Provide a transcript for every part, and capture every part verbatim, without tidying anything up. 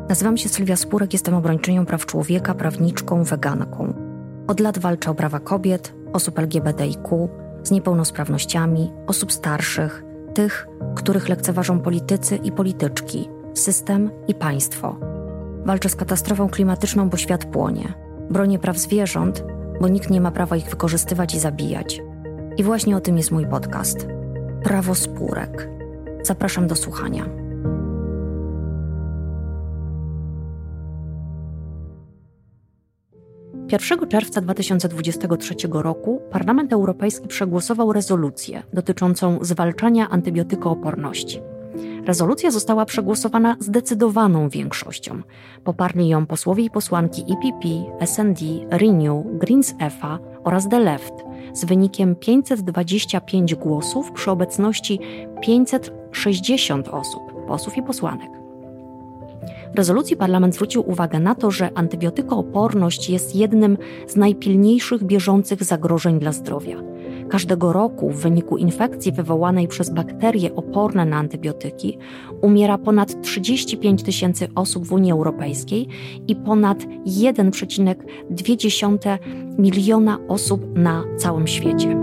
Nazywam się Sylwia Spurek, jestem obrończynią praw człowieka, prawniczką, weganką. Od lat walczę o prawa kobiet, osób L G B T I Q, z niepełnosprawnościami, osób starszych, tych, których lekceważą politycy i polityczki, system i państwo. Walczę z katastrofą klimatyczną, bo świat płonie. Bronię praw zwierząt, bo nikt nie ma prawa ich wykorzystywać i zabijać. I właśnie o tym jest mój podcast. Prawo Spurek. Zapraszam do słuchania. pierwszego czerwca dwa tysiące dwudziestego trzeciego roku Parlament Europejski przegłosował rezolucję dotyczącą zwalczania antybiotykooporności. Rezolucja została przegłosowana zdecydowaną większością. Poparli ją posłowie i posłanki E P P, S and D, Renew, Greens E F A oraz The Left z wynikiem pięćset dwadzieścia pięć głosów przy obecności pięćset sześćdziesiąt osób, posłów i posłanek. W rezolucji Parlament zwrócił uwagę na to, że antybiotykooporność jest jednym z najpilniejszych bieżących zagrożeń dla zdrowia. Każdego roku w wyniku infekcji wywołanej przez bakterie oporne na antybiotyki umiera ponad trzydzieści pięć tysięcy osób w Unii Europejskiej i ponad jeden przecinek dwa miliona osób na całym świecie.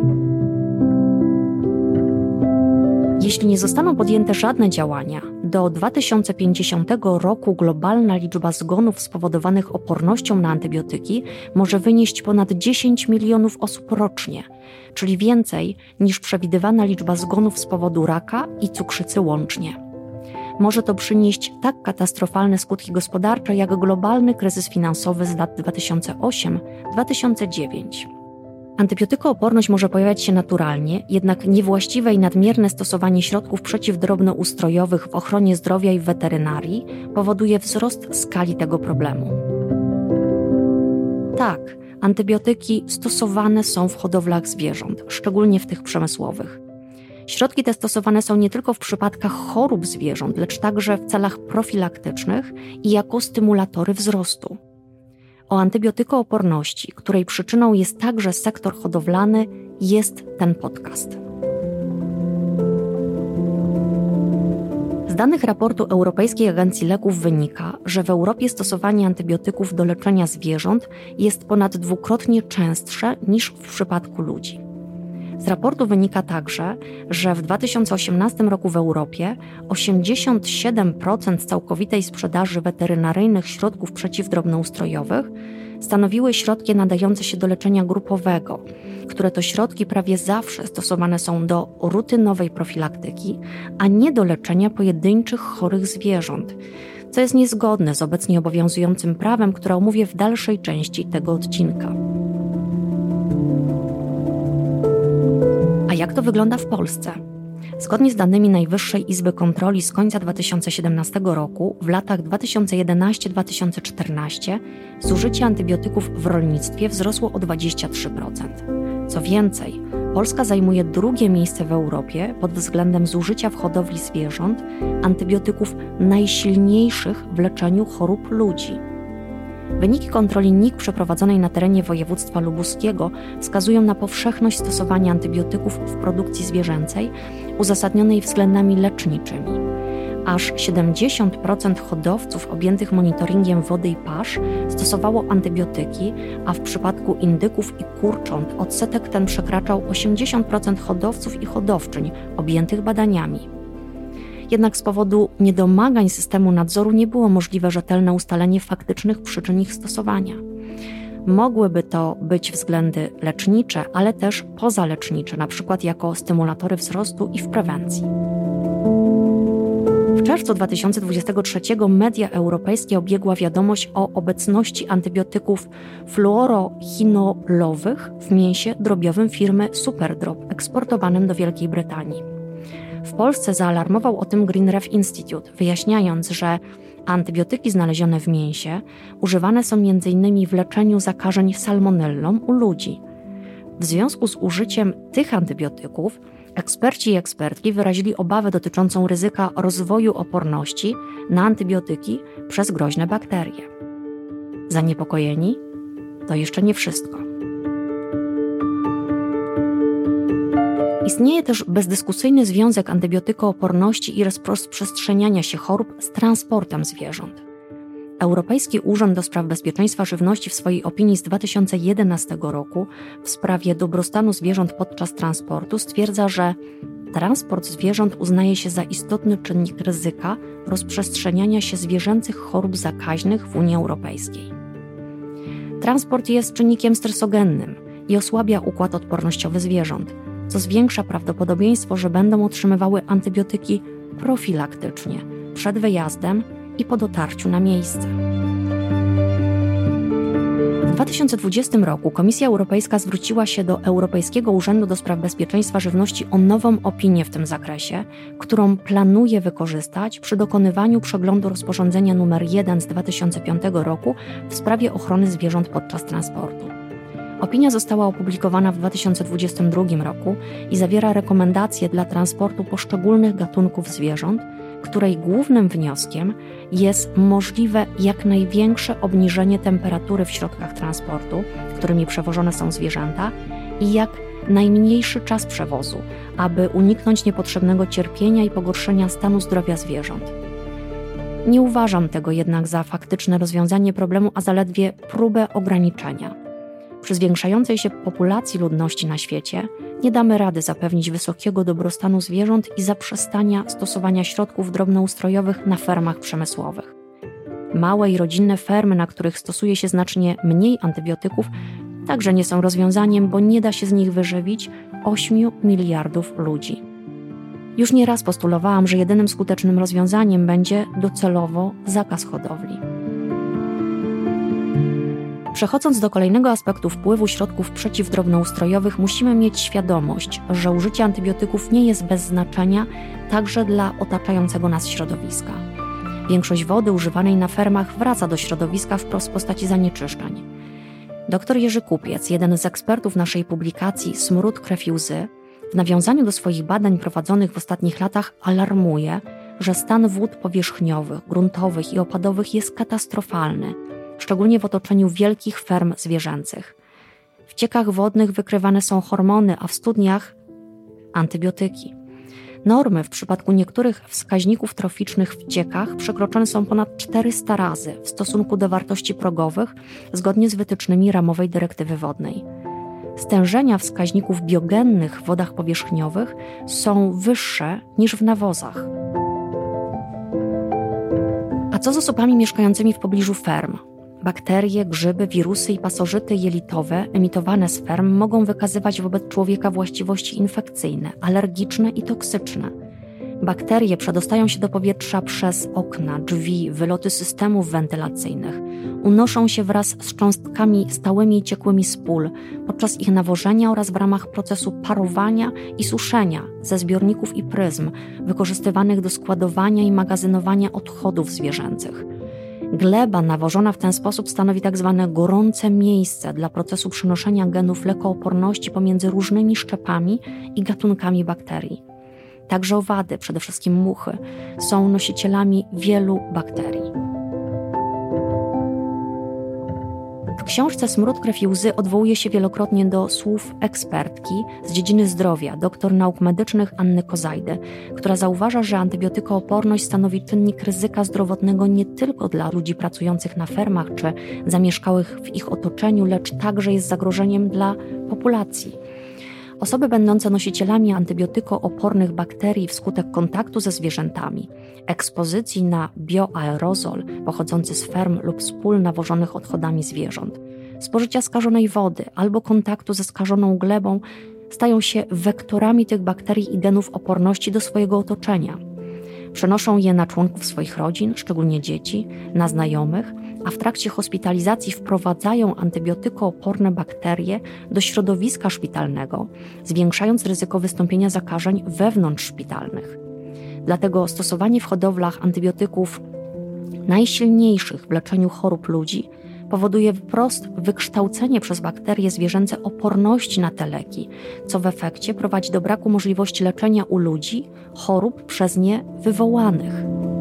Jeśli nie zostaną podjęte żadne działania, do dwa tysiące pięćdziesiątego roku globalna liczba zgonów spowodowanych opornością na antybiotyki może wynieść ponad dziesięć milionów osób rocznie, czyli więcej niż przewidywana liczba zgonów z powodu raka i cukrzycy łącznie. Może to przynieść tak katastrofalne skutki gospodarcze jak globalny kryzys finansowy z lat dwa tysiące ósmego do dwa tysiące dziewiątego. Antybiotykooporność może pojawiać się naturalnie, jednak niewłaściwe i nadmierne stosowanie środków przeciwdrobnoustrojowych w ochronie zdrowia i w weterynarii powoduje wzrost skali tego problemu. Tak, antybiotyki stosowane są w hodowlach zwierząt, szczególnie w tych przemysłowych. Środki te stosowane są nie tylko w przypadkach chorób zwierząt, lecz także w celach profilaktycznych i jako stymulatory wzrostu. O antybiotykooporności, której przyczyną jest także sektor hodowlany, jest ten podcast. Z danych raportu Europejskiej Agencji Leków wynika, że w Europie stosowanie antybiotyków do leczenia zwierząt jest ponad dwukrotnie częstsze niż w przypadku ludzi. Z raportu wynika także, że w dwa tysiące osiemnastym roku w Europie osiemdziesiąt siedem procent całkowitej sprzedaży weterynaryjnych środków przeciwdrobnoustrojowych stanowiły środki nadające się do leczenia grupowego, które to środki prawie zawsze stosowane są do rutynowej profilaktyki, a nie do leczenia pojedynczych chorych zwierząt, co jest niezgodne z obecnie obowiązującym prawem, które omówię w dalszej części tego odcinka. A jak to wygląda w Polsce? Zgodnie z danymi Najwyższej Izby Kontroli z końca dwa tysiące siedemnastego roku, w latach dwa tysiące jedenastego do dwa tysiące czternastego zużycie antybiotyków w rolnictwie wzrosło o dwadzieścia trzy procent. Co więcej, Polska zajmuje drugie miejsce w Europie pod względem zużycia w hodowli zwierząt antybiotyków najsilniejszych w leczeniu chorób ludzi. Wyniki kontroli N I K przeprowadzonej na terenie województwa lubuskiego wskazują na powszechność stosowania antybiotyków w produkcji zwierzęcej uzasadnionej względami leczniczymi. Aż siedemdziesiąt procent hodowców objętych monitoringiem wody i pasz stosowało antybiotyki, a w przypadku indyków i kurcząt odsetek ten przekraczał osiemdziesiąt procent hodowców i hodowczyń objętych badaniami. Jednak z powodu niedomagań systemu nadzoru nie było możliwe rzetelne ustalenie faktycznych przyczyn ich stosowania. Mogłyby to być względy lecznicze, ale też pozalecznicze, np. jako stymulatory wzrostu i w prewencji. W czerwcu dwa tysiące dwudziestego trzeciego media europejskie obiegła wiadomość o obecności antybiotyków fluorochinolowych w mięsie drobiowym firmy Superdrop eksportowanym do Wielkiej Brytanii. W Polsce zaalarmował o tym Green Ref Institute, wyjaśniając, że antybiotyki znalezione w mięsie używane są między innymi w leczeniu zakażeń salmonellą u ludzi. W związku z użyciem tych antybiotyków eksperci i ekspertki wyrazili obawę dotyczącą ryzyka rozwoju oporności na antybiotyki przez groźne bakterie. Zaniepokojeni? To jeszcze nie wszystko. Istnieje też bezdyskusyjny związek antybiotykooporności i rozprzestrzeniania się chorób z transportem zwierząt. Europejski Urząd do Spraw Bezpieczeństwa Żywności w swojej opinii z dwa tysiące jedenastego roku w sprawie dobrostanu zwierząt podczas transportu stwierdza, że transport zwierząt uznaje się za istotny czynnik ryzyka rozprzestrzeniania się zwierzęcych chorób zakaźnych w Unii Europejskiej. Transport jest czynnikiem stresogennym i osłabia układ odpornościowy zwierząt, co zwiększa prawdopodobieństwo, że będą otrzymywały antybiotyki profilaktycznie przed wyjazdem i po dotarciu na miejsce. W dwa tysiące dwudziestym roku Komisja Europejska zwróciła się do Europejskiego Urzędu do Spraw Bezpieczeństwa Żywności o nową opinię w tym zakresie, którą planuje wykorzystać przy dokonywaniu przeglądu rozporządzenia nr jeden z dwa tysiące piątego roku w sprawie ochrony zwierząt podczas transportu. Opinia została opublikowana w dwa tysiące dwudziestym drugim roku i zawiera rekomendacje dla transportu poszczególnych gatunków zwierząt, której głównym wnioskiem jest możliwe jak największe obniżenie temperatury w środkach transportu, którymi przewożone są zwierzęta, i jak najmniejszy czas przewozu, aby uniknąć niepotrzebnego cierpienia i pogorszenia stanu zdrowia zwierząt. Nie uważam tego jednak za faktyczne rozwiązanie problemu, a zaledwie próbę ograniczenia. Przy zwiększającej się populacji ludności na świecie nie damy rady zapewnić wysokiego dobrostanu zwierząt i zaprzestania stosowania środków drobnoustrojowych na fermach przemysłowych. Małe i rodzinne fermy, na których stosuje się znacznie mniej antybiotyków, także nie są rozwiązaniem, bo nie da się z nich wyżywić ośmiu miliardów ludzi. Już nieraz postulowałam, że jedynym skutecznym rozwiązaniem będzie docelowo zakaz hodowli. Przechodząc do kolejnego aspektu wpływu środków przeciwdrobnoustrojowych, musimy mieć świadomość, że użycie antybiotyków nie jest bez znaczenia także dla otaczającego nas środowiska. Większość wody używanej na fermach wraca do środowiska wprost w postaci zanieczyszczeń. Dr Jerzy Kupiec, jeden z ekspertów naszej publikacji Smród, krew i łzy, w nawiązaniu do swoich badań prowadzonych w ostatnich latach alarmuje, że stan wód powierzchniowych, gruntowych i opadowych jest katastrofalny, szczególnie w otoczeniu wielkich ferm zwierzęcych. W ciekach wodnych wykrywane są hormony, a w studniach antybiotyki. Normy w przypadku niektórych wskaźników troficznych w ciekach przekroczone są ponad czterysta razy w stosunku do wartości progowych zgodnie z wytycznymi ramowej dyrektywy wodnej. Stężenia wskaźników biogennych w wodach powierzchniowych są wyższe niż w nawozach. A co z osobami mieszkającymi w pobliżu ferm? Bakterie, grzyby, wirusy i pasożyty jelitowe emitowane z ferm mogą wykazywać wobec człowieka właściwości infekcyjne, alergiczne i toksyczne. Bakterie przedostają się do powietrza przez okna, drzwi, wyloty systemów wentylacyjnych. Unoszą się wraz z cząstkami stałymi i ciekłymi z pól podczas ich nawożenia oraz w ramach procesu parowania i suszenia ze zbiorników i pryzm wykorzystywanych do składowania i magazynowania odchodów zwierzęcych. Gleba nawożona w ten sposób stanowi tak zwane gorące miejsce dla procesu przenoszenia genów lekooporności pomiędzy różnymi szczepami i gatunkami bakterii. Także owady, przede wszystkim muchy, są nosicielami wielu bakterii. W książce Smród, krew i łzy odwołuje się wielokrotnie do słów ekspertki z dziedziny zdrowia, doktor nauk medycznych Anny Kozajdy, która zauważa, że antybiotykooporność stanowi czynnik ryzyka zdrowotnego nie tylko dla ludzi pracujących na fermach czy zamieszkałych w ich otoczeniu, lecz także jest zagrożeniem dla populacji. Osoby będące nosicielami antybiotykoopornych bakterii wskutek kontaktu ze zwierzętami, ekspozycji na bioaerozol pochodzący z ferm lub z pól nawożonych odchodami zwierząt, spożycia skażonej wody albo kontaktu ze skażoną glebą stają się wektorami tych bakterii i genów oporności do swojego otoczenia. Przenoszą je na członków swoich rodzin, szczególnie dzieci, na znajomych, a w trakcie hospitalizacji wprowadzają antybiotykooporne bakterie do środowiska szpitalnego, zwiększając ryzyko wystąpienia zakażeń wewnątrzszpitalnych. Dlatego stosowanie w hodowlach antybiotyków najsilniejszych w leczeniu chorób ludzi powoduje wprost wykształcenie przez bakterie zwierzęce oporności na te leki, co w efekcie prowadzi do braku możliwości leczenia u ludzi chorób przez nie wywołanych.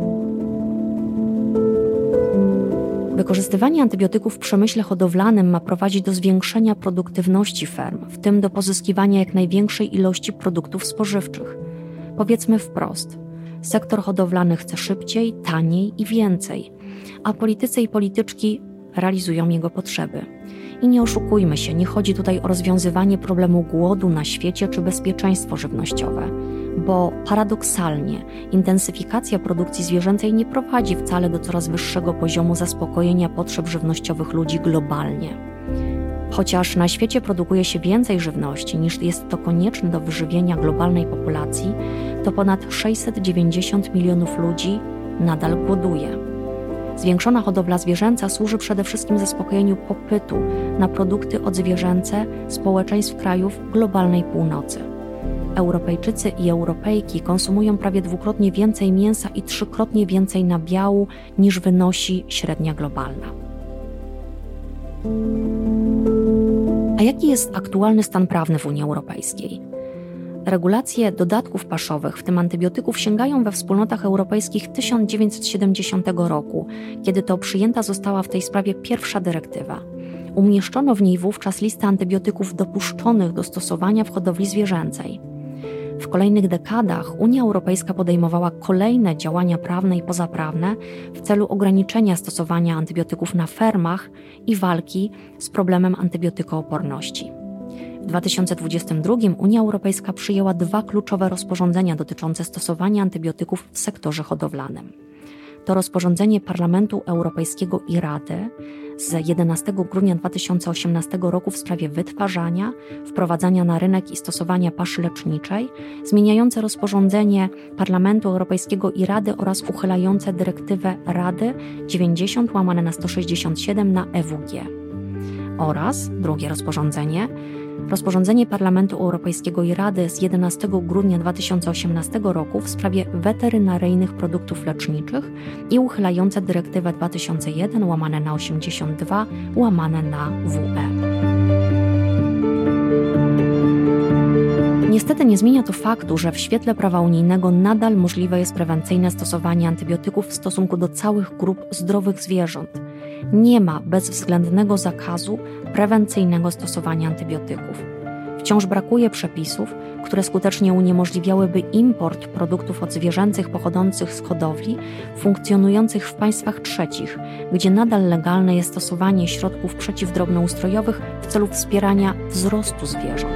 Wykorzystywanie antybiotyków w przemyśle hodowlanym ma prowadzić do zwiększenia produktywności ferm, w tym do pozyskiwania jak największej ilości produktów spożywczych. Powiedzmy wprost, sektor hodowlany chce szybciej, taniej i więcej. a politycy i polityczki realizują jego potrzeby. I nie oszukujmy się, nie chodzi tutaj o rozwiązywanie problemu głodu na świecie czy bezpieczeństwo żywnościowe, bo paradoksalnie intensyfikacja produkcji zwierzęcej nie prowadzi wcale do coraz wyższego poziomu zaspokojenia potrzeb żywnościowych ludzi globalnie. Chociaż na świecie produkuje się więcej żywności niż jest to konieczne do wyżywienia globalnej populacji, to ponad sześćset dziewięćdziesiąt milionów ludzi nadal głoduje. Zwiększona hodowla zwierzęca służy przede wszystkim zaspokojeniu popytu na produkty odzwierzęce społeczeństw krajów globalnej północy. Europejczycy i Europejki konsumują prawie dwukrotnie więcej mięsa i trzykrotnie więcej nabiału niż wynosi średnia globalna. A jaki jest aktualny stan prawny w Unii Europejskiej? Regulacje dodatków paszowych, w tym antybiotyków, sięgają we wspólnotach europejskich tysiąc dziewięćset siedemdziesiątego roku, kiedy to przyjęta została w tej sprawie pierwsza dyrektywa. Umieszczono w niej wówczas listę antybiotyków dopuszczonych do stosowania w hodowli zwierzęcej. W kolejnych dekadach Unia Europejska podejmowała kolejne działania prawne i pozaprawne w celu ograniczenia stosowania antybiotyków na fermach i walki z problemem antybiotykooporności. W dwa tysiące dwudziestym drugim Unia Europejska przyjęła dwa kluczowe rozporządzenia dotyczące stosowania antybiotyków w sektorze hodowlanym. To rozporządzenie Parlamentu Europejskiego i Rady z jedenastego grudnia dwa tysiące osiemnastego roku w sprawie wytwarzania, wprowadzania na rynek i stosowania paszy leczniczej, zmieniające rozporządzenie Parlamentu Europejskiego i Rady oraz uchylające dyrektywę Rady dziewięćdziesiąt łamane na sto sześćdziesiąt siedem na E W G. Oraz drugie rozporządzenie, rozporządzenie Parlamentu Europejskiego i Rady z jedenastego grudnia dwa tysiące osiemnastego roku w sprawie weterynaryjnych produktów leczniczych i uchylające dyrektywę dwa tysiące jeden łamane na osiemdziesiąt dwa łamane na W E. Niestety nie zmienia to faktu, że w świetle prawa unijnego nadal możliwe jest prewencyjne stosowanie antybiotyków w stosunku do całych grup zdrowych zwierząt. Nie ma bezwzględnego zakazu prewencyjnego stosowania antybiotyków. Wciąż brakuje przepisów, które skutecznie uniemożliwiałyby import produktów odzwierzęcych pochodzących z hodowli funkcjonujących w państwach trzecich, gdzie nadal legalne jest stosowanie środków przeciwdrobnoustrojowych w celu wspierania wzrostu zwierząt.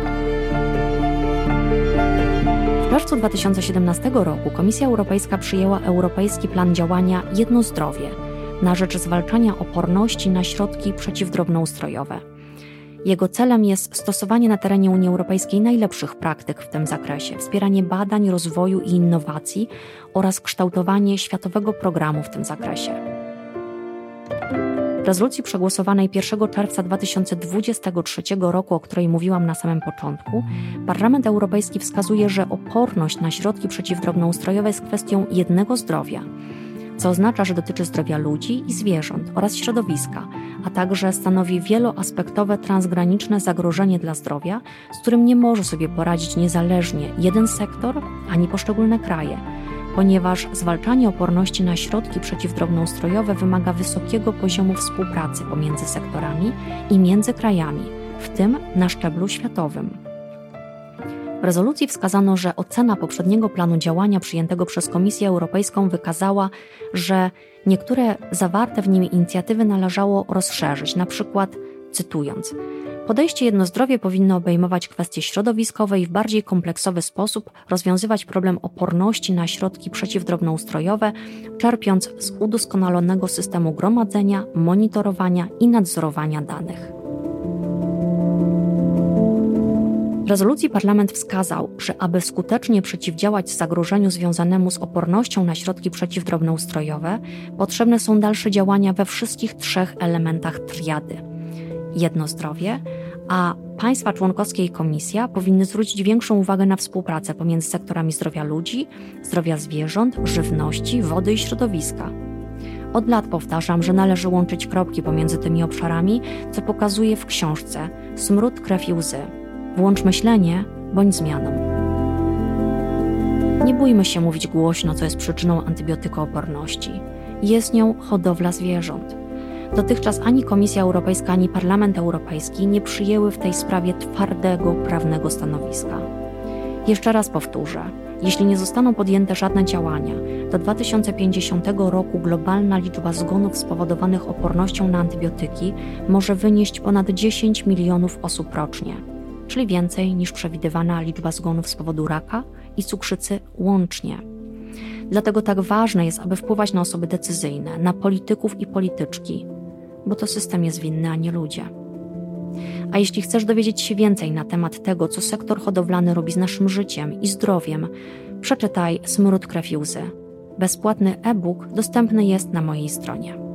W czerwcu dwa tysiące siedemnastego roku Komisja Europejska przyjęła Europejski Plan Działania Jedno Zdrowie na rzecz zwalczania oporności na środki przeciwdrobnoustrojowe. Jego celem jest stosowanie na terenie Unii Europejskiej najlepszych praktyk w tym zakresie, wspieranie badań, rozwoju i innowacji oraz kształtowanie światowego programu w tym zakresie. W rezolucji przegłosowanej pierwszego czerwca dwa tysiące dwudziestego trzeciego roku, o której mówiłam na samym początku, Parlament Europejski wskazuje, że oporność na środki przeciwdrobnoustrojowe jest kwestią jednego zdrowia, co oznacza, że dotyczy zdrowia ludzi i zwierząt oraz środowiska, a także stanowi wieloaspektowe transgraniczne zagrożenie dla zdrowia, z którym nie może sobie poradzić niezależnie jeden sektor ani poszczególne kraje, ponieważ zwalczanie oporności na środki przeciwdrobnoustrojowe wymaga wysokiego poziomu współpracy pomiędzy sektorami i między krajami, w tym na szczeblu światowym. W rezolucji wskazano, że ocena poprzedniego planu działania przyjętego przez Komisję Europejską wykazała, że niektóre zawarte w nim inicjatywy należało rozszerzyć, na przykład, cytując, podejście jednozdrowie powinno obejmować kwestie środowiskowe i w bardziej kompleksowy sposób rozwiązywać problem oporności na środki przeciwdrobnoustrojowe, czerpiąc z udoskonalonego systemu gromadzenia, monitorowania i nadzorowania danych. W rezolucji Parlament wskazał, że aby skutecznie przeciwdziałać zagrożeniu związanemu z opornością na środki przeciwdrobnoustrojowe, potrzebne są dalsze działania we wszystkich trzech elementach triady. Jedno zdrowie, a państwa członkowskie i Komisja powinny zwrócić większą uwagę na współpracę pomiędzy sektorami zdrowia ludzi, zdrowia zwierząt, żywności, wody i środowiska. Od lat powtarzam, że należy łączyć kropki pomiędzy tymi obszarami, co pokazuje w książce Smród, krew i łzy. Włącz myślenie, bądź zmianą. Nie bójmy się mówić głośno, co jest przyczyną antybiotykooporności. Jest nią hodowla zwierząt. Dotychczas ani Komisja Europejska, ani Parlament Europejski nie przyjęły w tej sprawie twardego prawnego stanowiska. Jeszcze raz powtórzę. Jeśli nie zostaną podjęte żadne działania, do dwa tysiące pięćdziesiątego roku globalna liczba zgonów spowodowanych opornością na antybiotyki może wynieść ponad dziesięć milionów osób rocznie, czyli więcej niż przewidywana liczba zgonów z powodu raka i cukrzycy łącznie. Dlatego tak ważne jest, aby wpływać na osoby decyzyjne, na polityków i polityczki, bo to system jest winny, a nie ludzie. A jeśli chcesz dowiedzieć się więcej na temat tego, co sektor hodowlany robi z naszym życiem i zdrowiem, przeczytaj Smród krew i łzy. Bezpłatny e-book dostępny jest na mojej stronie.